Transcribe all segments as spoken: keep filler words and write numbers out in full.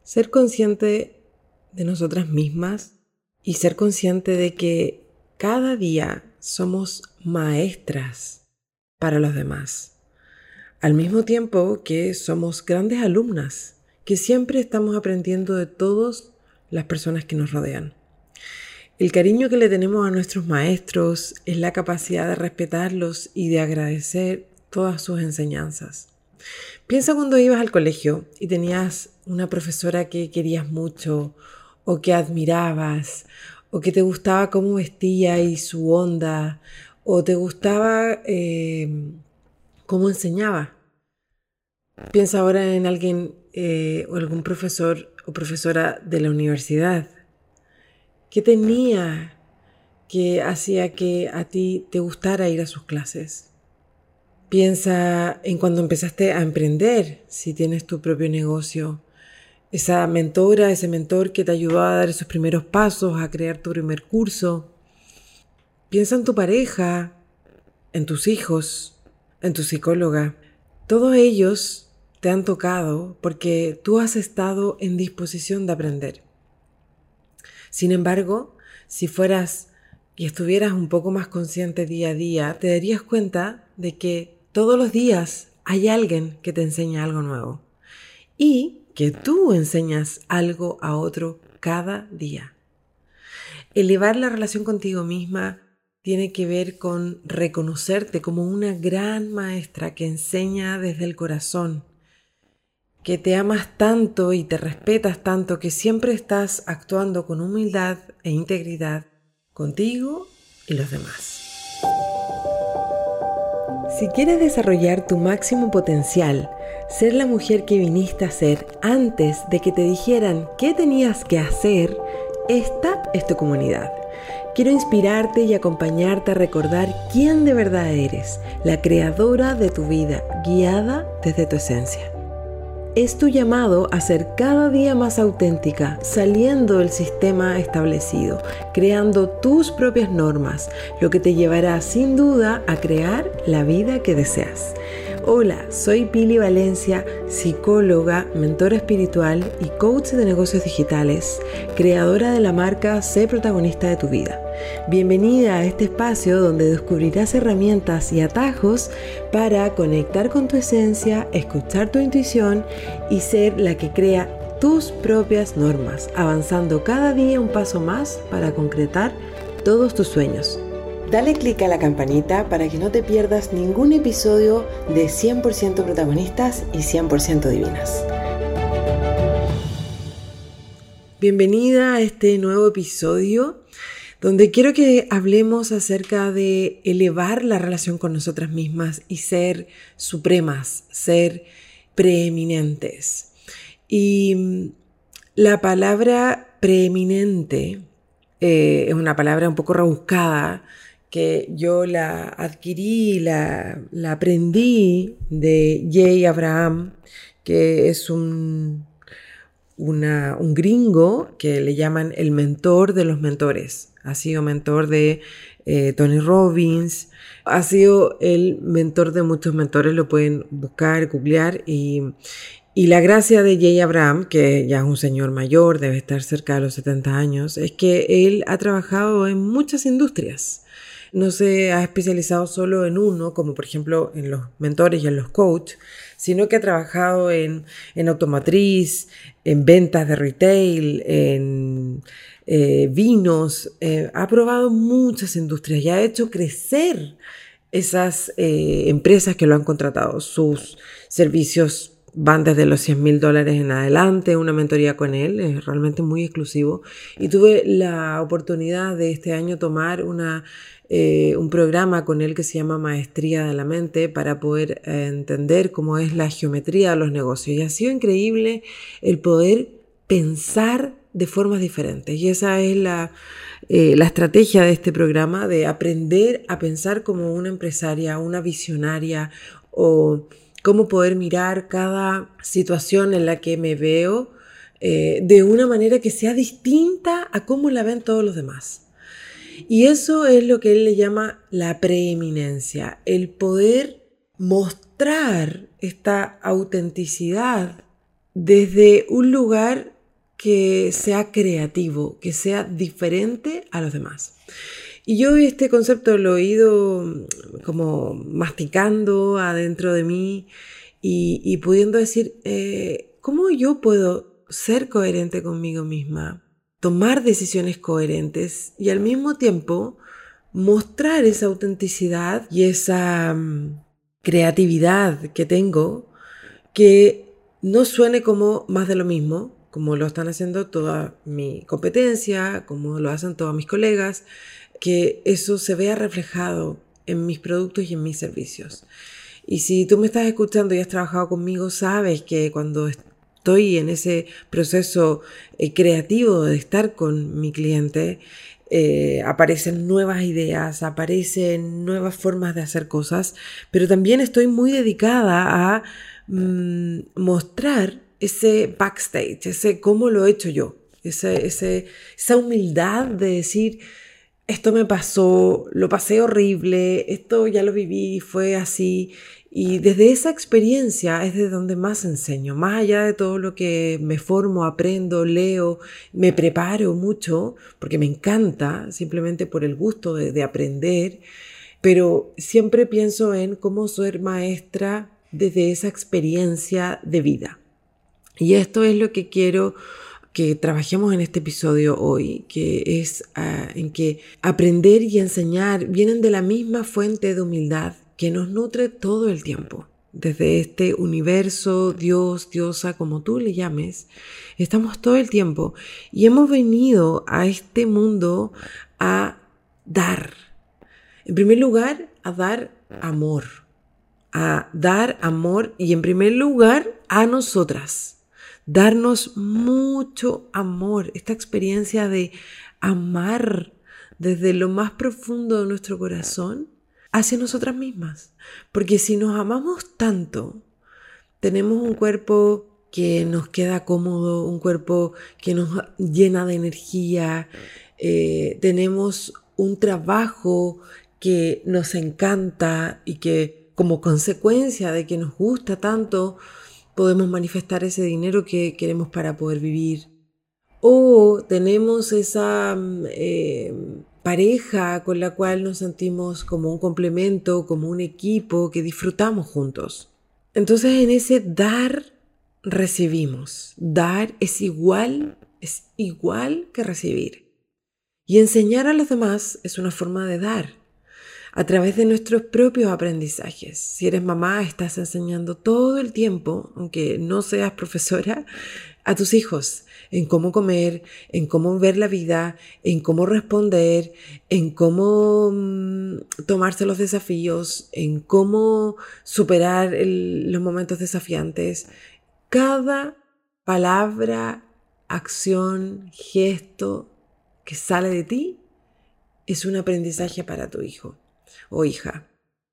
ser consciente de nosotras mismas y ser consciente de que cada día somos maestras para los demás, al mismo tiempo que somos grandes alumnas, que siempre estamos aprendiendo de todas las personas que nos rodean. El cariño que le tenemos a nuestros maestros es la capacidad de respetarlos y de agradecer todas sus enseñanzas. Piensa cuando ibas al colegio y tenías una profesora que querías mucho o que admirabas o que te gustaba cómo vestía y su onda o te gustaba eh, cómo enseñaba. Piensa ahora en alguien eh, o algún profesor o profesora de la universidad. ¿Qué tenía que hacía que a ti te gustara ir a sus clases? Piensa en cuando empezaste a emprender, si tienes tu propio negocio. Esa mentora, ese mentor que te ayudó a dar esos primeros pasos, a crear tu primer curso. Piensa en tu pareja, en tus hijos, en tu psicóloga. Todos ellos te han tocado porque tú has estado en disposición de aprender. Sin embargo, si fueras y estuvieras un poco más consciente día a día, te darías cuenta de que todos los días hay alguien que te enseña algo nuevo y que tú enseñas algo a otro cada día. Elevar la relación contigo misma tiene que ver con reconocerte como una gran maestra que enseña desde el corazón, que te amas tanto y te respetas tanto que siempre estás actuando con humildad e integridad contigo y los demás. Si quieres desarrollar tu máximo potencial, ser la mujer que viniste a ser antes de que te dijeran qué tenías que hacer, esta es tu comunidad. Quiero inspirarte y acompañarte a recordar quién de verdad eres, la creadora de tu vida, guiada desde tu esencia. Es tu llamado a ser cada día más auténtica, saliendo del sistema establecido, creando tus propias normas, lo que te llevará sin duda a crear la vida que deseas. Hola, soy Pili Valencia, psicóloga, mentora espiritual y coach de negocios digitales, creadora de la marca Sé Protagonista de tu Vida. Bienvenida a este espacio donde descubrirás herramientas y atajos para conectar con tu esencia, escuchar tu intuición y ser la que crea tus propias normas, avanzando cada día un paso más para concretar todos tus sueños. Dale clic a la campanita para que no te pierdas ningún episodio de cien por ciento protagonistas y cien por ciento divinas. Bienvenida a este nuevo episodio donde quiero que hablemos acerca de elevar la relación con nosotras mismas y ser supremas, ser preeminentes. Y la palabra preeminente eh, es una palabra un poco rebuscada que yo la adquirí, la, la aprendí de Jay Abraham, que es un, una, un gringo que le llaman el mentor de los mentores. Ha sido mentor de eh, Tony Robbins, ha sido el mentor de muchos mentores, lo pueden buscar, googlear. Y, y la gracia de Jay Abraham, que ya es un señor mayor, debe estar cerca de los setenta años, es que él ha trabajado en muchas industrias. No se ha especializado solo en uno, como por ejemplo en los mentores y en los coaches, sino que ha trabajado en, en automotriz, en ventas de retail, en eh, vinos, eh, ha probado muchas industrias y ha hecho crecer esas eh, empresas que lo han contratado. Sus servicios van desde los cien mil dólares en adelante. Una mentoría con él es realmente muy exclusivo. Y tuve la oportunidad de este año tomar una, eh, un programa con él que se llama Maestría de la Mente para poder eh, entender cómo es la geometría de los negocios. Y ha sido increíble el poder pensar de formas diferentes. Y esa es la, eh, la estrategia de este programa, de aprender a pensar como una empresaria, una visionaria, o cómo poder mirar cada situación en la que me veo eh, de una manera que sea distinta a cómo la ven todos los demás. Y eso es lo que él le llama la preeminencia, el poder mostrar esta autenticidad desde un lugar que sea creativo, que sea diferente a los demás. Y yo este concepto lo he ido como masticando adentro de mí y, y pudiendo decir, eh, ¿cómo yo puedo ser coherente conmigo misma? Tomar decisiones coherentes y al mismo tiempo mostrar esa autenticidad y esa um, creatividad que tengo, que no suene como más de lo mismo, como lo están haciendo toda mi competencia, como lo hacen todos mis colegas, que eso se vea reflejado en mis productos y en mis servicios. Y si tú me estás escuchando y has trabajado conmigo, sabes que cuando estoy en ese proceso eh, creativo de estar con mi cliente, eh, aparecen nuevas ideas, aparecen nuevas formas de hacer cosas, pero también estoy muy dedicada a mmm, mostrar ese backstage, ese cómo lo he hecho yo, ese, ese, esa humildad de decir, esto me pasó, lo pasé horrible, esto ya lo viví, fue así. Y desde esa experiencia es de donde más enseño, más allá de todo lo que me formo, aprendo, leo, me preparo mucho, porque me encanta, simplemente por el gusto de, de aprender, pero siempre pienso en cómo ser maestra desde esa experiencia de vida. Y esto es lo que quiero que trabajemos en este episodio hoy, que es uh, en que aprender y enseñar vienen de la misma fuente de humildad que nos nutre todo el tiempo. Desde este universo, Dios, diosa, como tú le llames, estamos todo el tiempo y hemos venido a este mundo a dar. En primer lugar, a dar amor, a dar amor y en primer lugar a nosotras. Darnos mucho amor, esta experiencia de amar desde lo más profundo de nuestro corazón hacia nosotras mismas. Porque si nos amamos tanto, tenemos un cuerpo que nos queda cómodo, un cuerpo que nos llena de energía, eh, tenemos un trabajo que nos encanta y que como consecuencia de que nos gusta tanto, podemos manifestar ese dinero que queremos para poder vivir. O tenemos esa eh, pareja con la cual nos sentimos como un complemento, como un equipo que disfrutamos juntos. Entonces en ese dar recibimos. Dar es igual, es igual que recibir. Y enseñar a los demás es una forma de dar. A través de nuestros propios aprendizajes. Si eres mamá, estás enseñando todo el tiempo, aunque no seas profesora, a tus hijos en cómo comer, en cómo ver la vida, en cómo responder, en cómo mm, tomarse los desafíos, en cómo superar el, los momentos desafiantes. Cada palabra, acción, gesto que sale de ti es un aprendizaje para tu hijo o hija.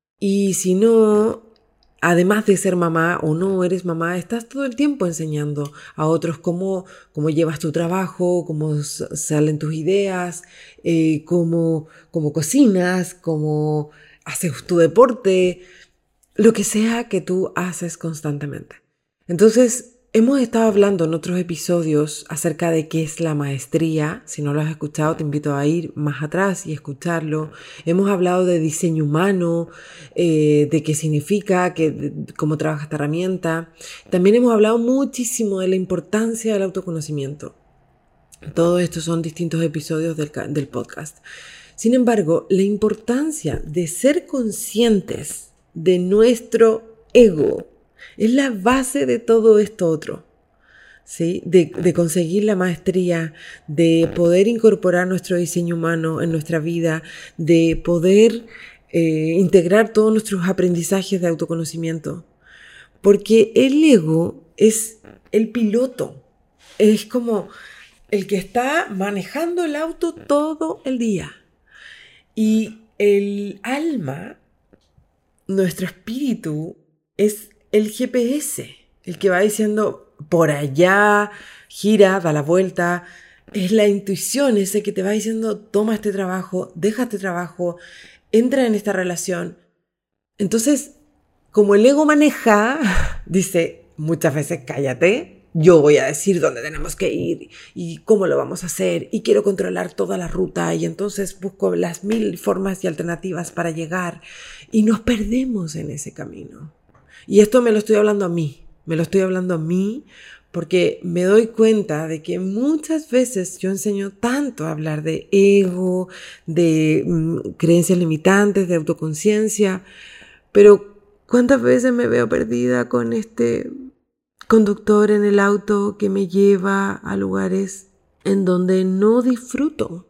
Y si no, además de ser mamá o no eres mamá, estás todo el tiempo enseñando a otros cómo, cómo llevas tu trabajo, cómo salen tus ideas, eh, cómo, cómo cocinas, cómo haces tu deporte, lo que sea que tú haces constantemente. Entonces, hemos estado hablando en otros episodios acerca de qué es la maestría. Si no lo has escuchado, te invito a ir más atrás y escucharlo. Hemos hablado de diseño humano, eh, de qué significa, que, de, cómo trabaja esta herramienta. También hemos hablado muchísimo de la importancia del autoconocimiento. Todo esto son distintos episodios del, del podcast. Sin embargo, la importancia de ser conscientes de nuestro ego es la base de todo esto otro, ¿sí? De, de conseguir la maestría, de poder incorporar nuestro diseño humano en nuestra vida, de poder eh, integrar todos nuestros aprendizajes de autoconocimiento. Porque el ego es el piloto, es como el que está manejando el auto todo el día. Y el alma, nuestro espíritu, es el G P S, el que va diciendo por allá, gira, da la vuelta. Es la intuición ese que te va diciendo toma este trabajo, deja este trabajo, entra en esta relación. Entonces, como el ego maneja, dice muchas veces cállate, yo voy a decir dónde tenemos que ir y cómo lo vamos a hacer y quiero controlar toda la ruta y entonces busco las mil formas y alternativas para llegar y nos perdemos en ese camino. Y esto me lo estoy hablando a mí, me lo estoy hablando a mí porque me doy cuenta de que muchas veces yo enseño tanto a hablar de ego, de mm, creencias limitantes, de autoconciencia, pero ¿cuántas veces me veo perdida con este conductor en el auto que me lleva a lugares en donde no disfruto?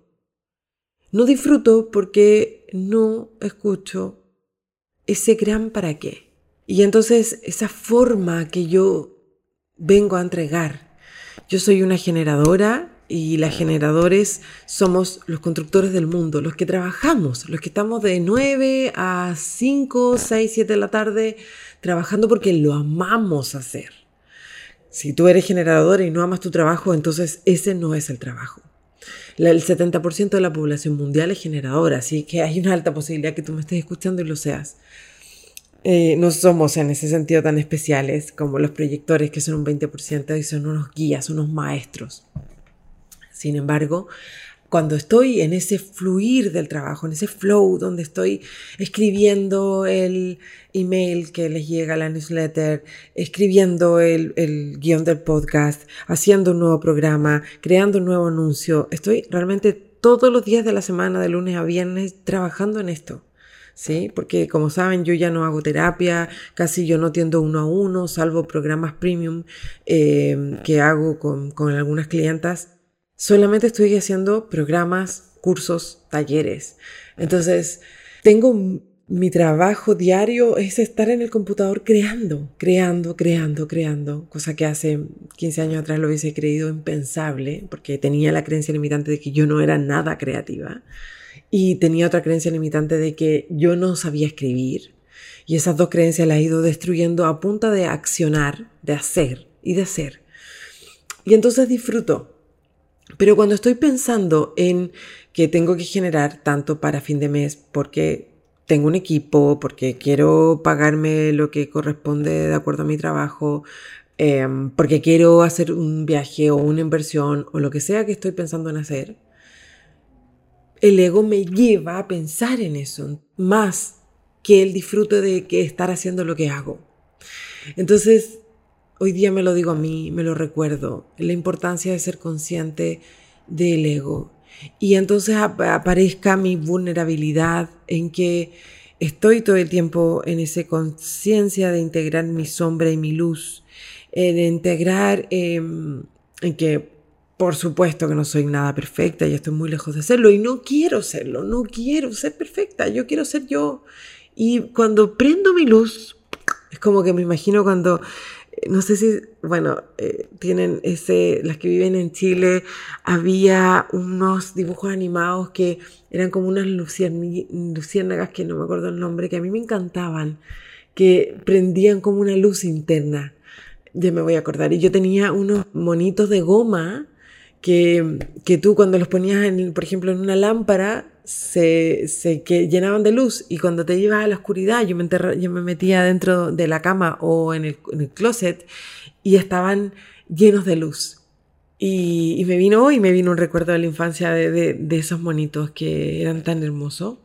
No disfruto porque no escucho ese gran para qué. Y entonces esa forma que yo vengo a entregar. Yo soy una generadora y las generadores somos los constructores del mundo, los que trabajamos, los que estamos de nueve a cinco, seis, siete de la tarde trabajando porque lo amamos hacer. Si tú eres generadora y no amas tu trabajo, entonces ese no es el trabajo. El setenta por ciento de la población mundial es generadora, así que hay una alta posibilidad que tú me estés escuchando y lo seas. Eh, no somos en ese sentido tan especiales como los proyectores, que son un veinte por ciento y son unos guías, unos maestros. Sin embargo, cuando estoy en ese fluir del trabajo, en ese flow donde estoy escribiendo el email que les llega a la newsletter, escribiendo el, el guión del podcast, haciendo un nuevo programa, creando un nuevo anuncio, estoy realmente todos los días de la semana, de lunes a viernes, trabajando en esto. ¿Sí? Porque como saben, yo ya no hago terapia, casi yo no atiendo uno a uno, salvo programas premium eh, que hago con, con algunas clientas. Solamente estoy haciendo programas, cursos, talleres. Entonces, tengo mi trabajo diario es estar en el computador creando, creando, creando, creando, cosa que hace quince años atrás lo hubiese creído impensable, porque tenía la creencia limitante de que yo no era nada creativa. Y tenía otra creencia limitante de que yo no sabía escribir. Y esas dos creencias las he ido destruyendo a punta de accionar, de hacer y de hacer. Y entonces disfruto. Pero cuando estoy pensando en que tengo que generar tanto para fin de mes porque tengo un equipo, porque quiero pagarme lo que corresponde de acuerdo a mi trabajo, eh, porque quiero hacer un viaje o una inversión o lo que sea que estoy pensando en hacer, el ego me lleva a pensar en eso, más que el disfrute de que estar haciendo lo que hago. Entonces, hoy día me lo digo a mí, me lo recuerdo, la importancia de ser consciente del ego. Y entonces ap- aparezca mi vulnerabilidad en que estoy todo el tiempo en esa conciencia de integrar mi sombra y mi luz, eh, de integrar eh, en que por supuesto que no soy nada perfecta y estoy muy lejos de serlo y no quiero serlo, no quiero ser perfecta, yo quiero ser yo. Y cuando prendo mi luz, es como que me imagino cuando, no sé si, bueno, eh, tienen ese, las que viven en Chile, había unos dibujos animados que eran como unas lucierni- luciérnagas, que no me acuerdo el nombre, que a mí me encantaban, que prendían como una luz interna. Ya me voy a acordar. Y yo tenía unos monitos de goma que, que tú cuando los ponías, en, por ejemplo, en una lámpara, se, se que llenaban de luz, y cuando te ibas a la oscuridad, yo me, enterra, yo me metía dentro de la cama o en el, en el closet y estaban llenos de luz. Y, y me vino y me vino un recuerdo de la infancia de, de, de esos monitos que eran tan hermosos.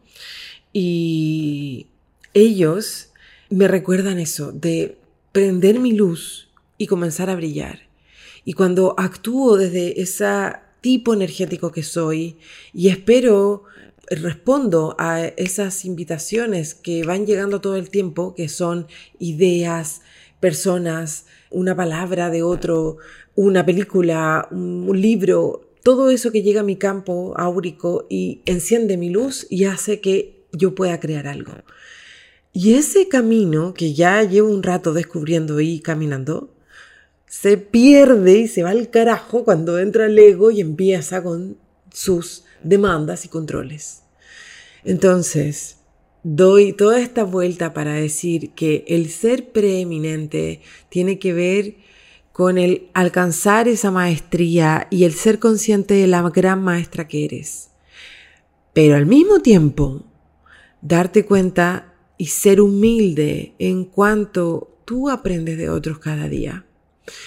Y ellos me recuerdan eso, de prender mi luz y comenzar a brillar. Y cuando actúo desde ese tipo energético que soy y espero, respondo a esas invitaciones que van llegando todo el tiempo, que son ideas, personas, una palabra de otro, una película, un libro, todo eso que llega a mi campo áurico y enciende mi luz y hace que yo pueda crear algo. Y ese camino que ya llevo un rato descubriendo y caminando, se pierde y se va al carajo cuando entra el ego y empieza con sus demandas y controles. Entonces, doy toda esta vuelta para decir que el ser preeminente tiene que ver con el alcanzar esa maestría y el ser consciente de la gran maestra que eres. Pero al mismo tiempo, darte cuenta y ser humilde en cuanto tú aprendes de otros cada día.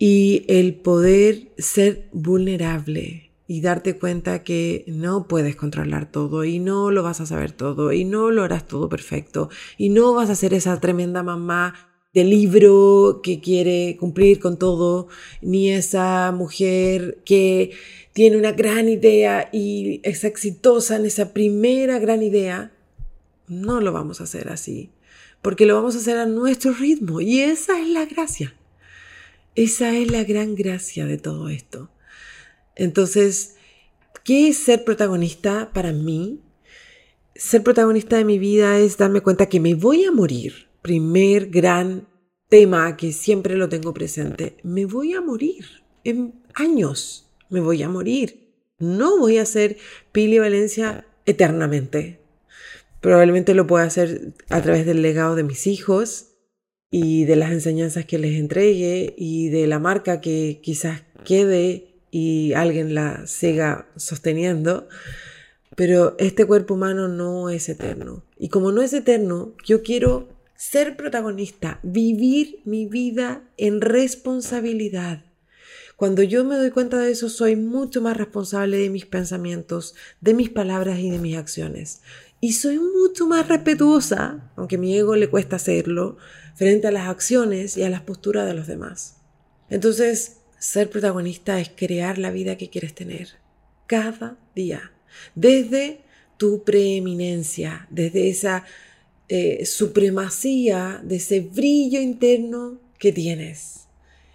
y el poder ser vulnerable y darte cuenta que no puedes controlar todo y no lo vas a saber todo y no lo harás todo perfecto y no vas a ser esa tremenda mamá de libro que quiere cumplir con todo, ni esa mujer que tiene una gran idea y es exitosa en esa primera gran idea. No lo vamos a hacer así, porque lo vamos a hacer a nuestro ritmo y esa es la gracia. Esa es la gran gracia de todo esto. Entonces, ¿qué es ser protagonista para mí? Ser protagonista de mi vida es darme cuenta que me voy a morir. Primer gran tema que siempre lo tengo presente. Me voy a morir. En años me voy a morir. No voy a ser Pili Valencia eternamente. Probablemente lo pueda hacer a través del legado de mis hijos y de las enseñanzas que les entregue y de la marca que quizás quede y alguien la siga sosteniendo. Pero este cuerpo humano no es eterno. Y como no es eterno, yo quiero ser protagonista, vivir mi vida en responsabilidad. Cuando yo me doy cuenta de eso, soy mucho más responsable de mis pensamientos, de mis palabras y de mis acciones. Y soy mucho más respetuosa, aunque a mi ego le cuesta hacerlo, frente a las acciones y a las posturas de los demás. Entonces, ser protagonista es crear la vida que quieres tener cada día. Desde tu preeminencia, desde esa eh, supremacía, de ese brillo interno que tienes.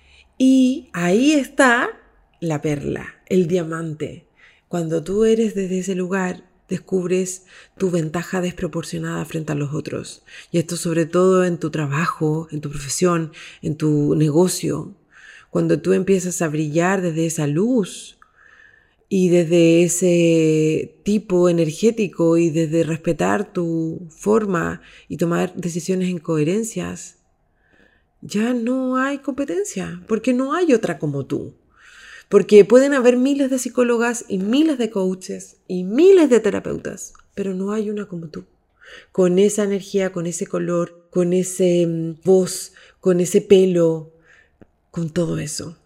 Y ahí está la perla, el diamante. Cuando tú eres desde ese lugar, descubres tu ventaja desproporcionada frente a los otros. Y esto sobre todo en tu trabajo, en tu profesión, en tu negocio. Cuando tú empiezas a brillar desde esa luz y desde ese tipo energético y desde respetar tu forma y tomar decisiones en coherencias, ya no hay competencia, porque no hay otra como tú. Porque pueden haber miles de psicólogas y miles de coaches y miles de terapeutas, pero no hay una como tú. Con esa energía, con ese color, con ese um, voz, con ese pelo, con todo eso.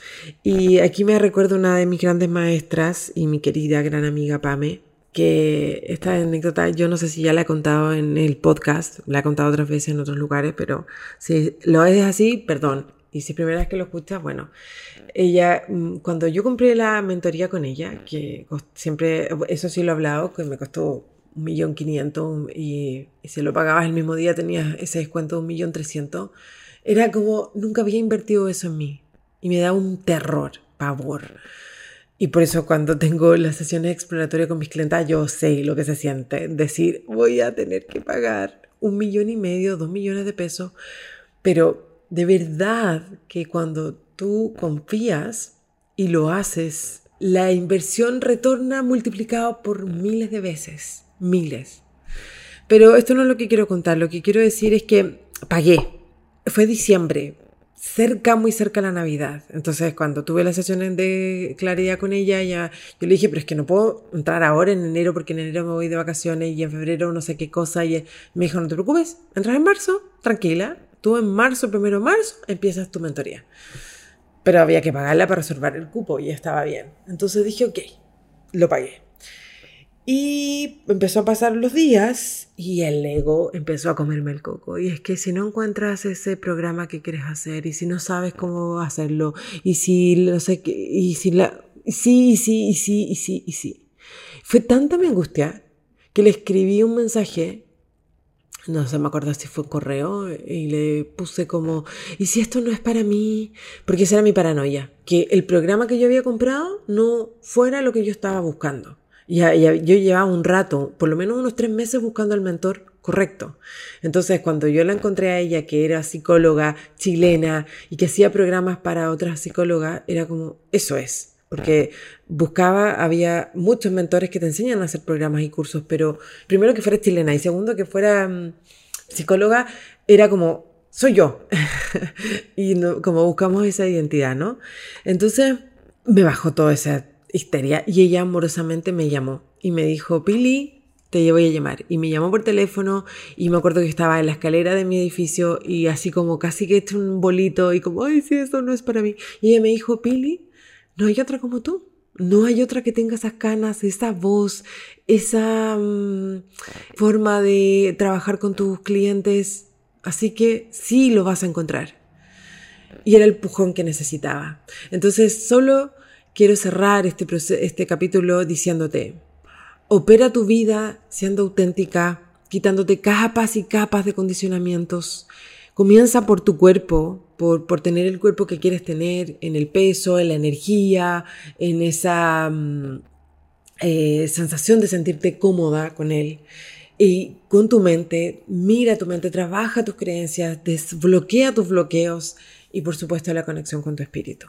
Y aquí me recuerdo una de mis grandes maestras y mi querida gran amiga Pame, que esta anécdota yo no sé si ya la he contado en el podcast, la he contado otras veces en otros lugares, pero si lo es así, perdón. Y si es primera vez que lo escuchas, bueno, ella, cuando yo compré la mentoría con ella, que siempre, eso sí lo he hablado, que me costó un millón quinientos y, y si lo pagabas el mismo día tenías ese descuento de un millón trescientos, era como, nunca había invertido eso en mí y me da un terror, pavor. Y por eso cuando tengo las sesiones exploratorias con mis clientas, yo sé lo que se siente, decir, voy a tener que pagar un millón y medio, dos millones de pesos, pero de verdad que cuando tú confías y lo haces, la inversión retorna multiplicado por miles de veces, miles. Pero esto no es lo que quiero contar, lo que quiero decir es que pagué. Fue diciembre, cerca, muy cerca a la Navidad. Entonces, cuando tuve las sesiones de claridad con ella, ya, yo le dije, pero es que no puedo entrar ahora en enero porque en enero me voy de vacaciones y en febrero no sé qué cosa. Y me dijo, no te preocupes, entras en marzo, tranquila. Tú en marzo, primero de marzo, empiezas tu mentoría. Pero había que pagarla para reservar el cupo y estaba bien. Entonces dije, ok, lo pagué. Y empezó a pasar los días y el ego empezó a comerme el coco. Y es que si no encuentras ese programa que quieres hacer y si no sabes cómo hacerlo y si no sé qué, y si la, sí, y sí, y sí, y sí, y sí. Fue tanta mi angustia que le escribí un mensaje. No sé, me acuerdo si fue un correo y le puse como, ¿y si esto no es para mí? Porque esa era mi paranoia, que el programa que yo había comprado no fuera lo que yo estaba buscando. Ya, ya, yo llevaba un rato, por lo menos unos tres meses buscando al mentor correcto. Entonces, cuando yo la encontré a ella, que era psicóloga chilena y que hacía programas para otras psicólogas, era como, eso es. Porque buscaba, había muchos mentores que te enseñan a hacer programas y cursos, pero primero que fuera chilena y segundo que fuera um, psicóloga, era como, soy yo. Y no, como buscamos esa identidad, ¿no? Entonces me bajó toda esa histeria y ella amorosamente me llamó y me dijo, Pili, te voy a llamar. Y me llamó por teléfono y me acuerdo que estaba en la escalera de mi edificio y así como casi que he hecho un bolito y como, ay, sí, eso no es para mí. Y ella me dijo, Pili, no hay otra como tú. No hay otra que tenga esas ganas, esa voz, esa um, forma de trabajar con tus clientes. Así que sí lo vas a encontrar. Y era el empujón que necesitaba. Entonces solo quiero cerrar este, este capítulo diciéndote, opera tu vida siendo auténtica, quitándote capas y capas de condicionamientos. Comienza por tu cuerpo, por, por tener el cuerpo que quieres tener, en el peso, en la energía, en esa um, eh, sensación de sentirte cómoda con él. Y con tu mente, mira tu mente, trabaja tus creencias, desbloquea tus bloqueos y por supuesto la conexión con tu espíritu.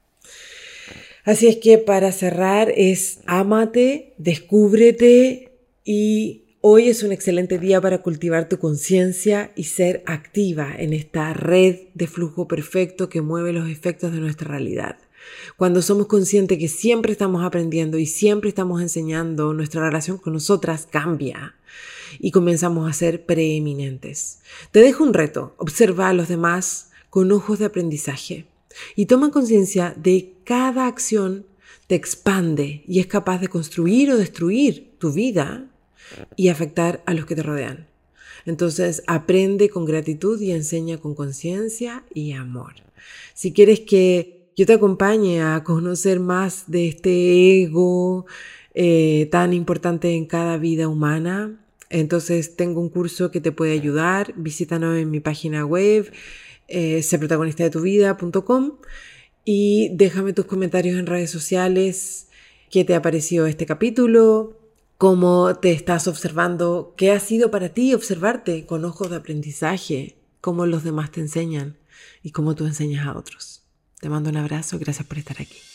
Así es que para cerrar es ámate, descúbrete y hoy es un excelente día para cultivar tu conciencia y ser activa en esta red de flujo perfecto que mueve los efectos de nuestra realidad. Cuando somos conscientes que siempre estamos aprendiendo y siempre estamos enseñando, nuestra relación con nosotras cambia y comenzamos a ser preeminentes. Te dejo un reto, observa a los demás con ojos de aprendizaje y toma conciencia de cada acción te expande y es capaz de construir o destruir tu vida y afectar a los que te rodean. Entonces aprende con gratitud y enseña con conciencia y amor. Si quieres que yo te acompañe a conocer más de este ego eh, tan importante en cada vida humana, entonces tengo un curso que te puede ayudar. Visítanos en mi página web eh, sé protagonista de tu vida punto com y déjame tus comentarios en redes sociales. ¿Qué te ha parecido este capítulo? ¿Cómo te estás observando? ¿Qué ha sido para ti observarte con ojos de aprendizaje? ¿Cómo los demás te enseñan? Y cómo tú enseñas a otros. Te mando un abrazo. Gracias por estar aquí.